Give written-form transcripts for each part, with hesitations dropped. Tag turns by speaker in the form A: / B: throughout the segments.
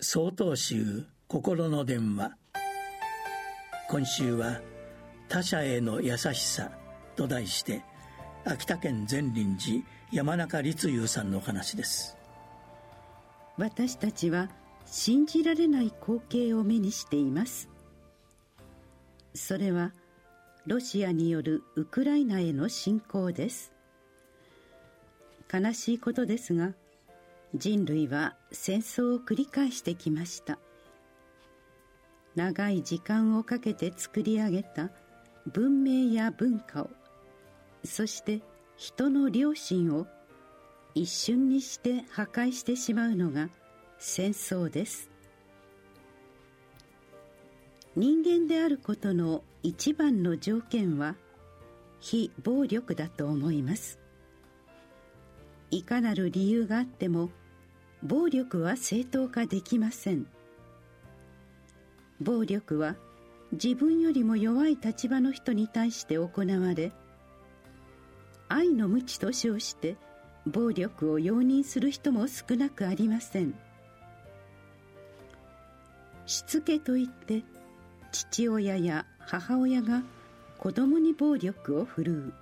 A: 曹洞宗心の電話。今週は他者への優しさと題して、秋田県善林寺山中立雄さんのお話です。
B: 私たちは信じられない光景を目にしています。それはロシアによるウクライナへの侵攻です。悲しいことですが、人類は戦争を繰り返してきました。長い時間をかけて作り上げた文明や文化を、そして人の良心を一瞬にして破壊してしまうのが戦争です。人間であることの一番の条件は非暴力だと思います。いかなる理由があっても暴力は正当化できません。暴力は自分よりも弱い立場の人に対して行われ、愛の無知と称して暴力を容認する人も少なくありません。しつけといって父親や母親が子供に暴力を振るう。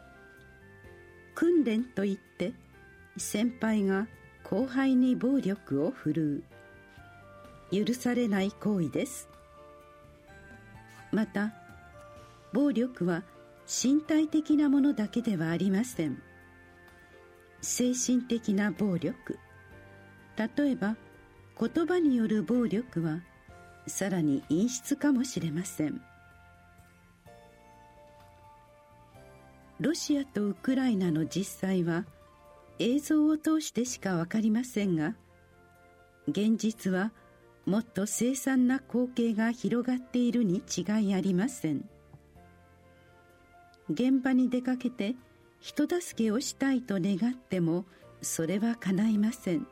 B: 訓練といって先輩が後輩に暴力を振るう。許されない行為です。また、暴力は身体的なものだけではありません。精神的な暴力、例えば言葉による暴力はさらに陰湿かもしれません。ロシアとウクライナの実際は映像を通してしか分かりませんが、現実はもっと凄惨な光景が広がっているに違いありません。現場に出かけて人助けをしたいと願ってもそれは叶いません。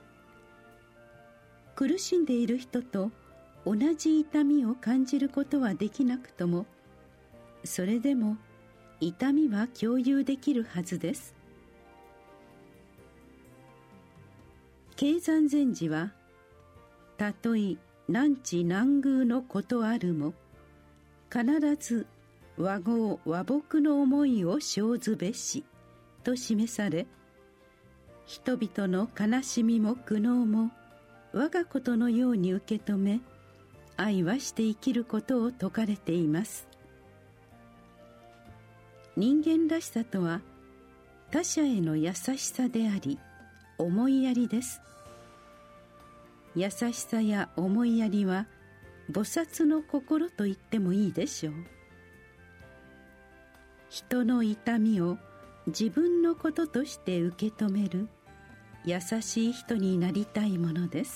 B: 苦しんでいる人と同じ痛みを感じることはできなくとも、それでも痛みは共有できるはずです。経山禅師は、たとえ難地難遇のことあるも、必ず和合和睦の思いを生ずべしと示され、人々の悲しみも苦悩も我がことのように受け止め、愛はして生きることを説かれています。人間らしさとは他者への優しさであり、思いやりです。優しさや思いやりは菩薩の心と言ってもいいでしょう。人の痛みを自分のこととして受け止める優しい人になりたいものです。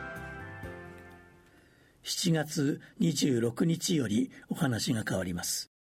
A: 7月26日よりお話が変わります。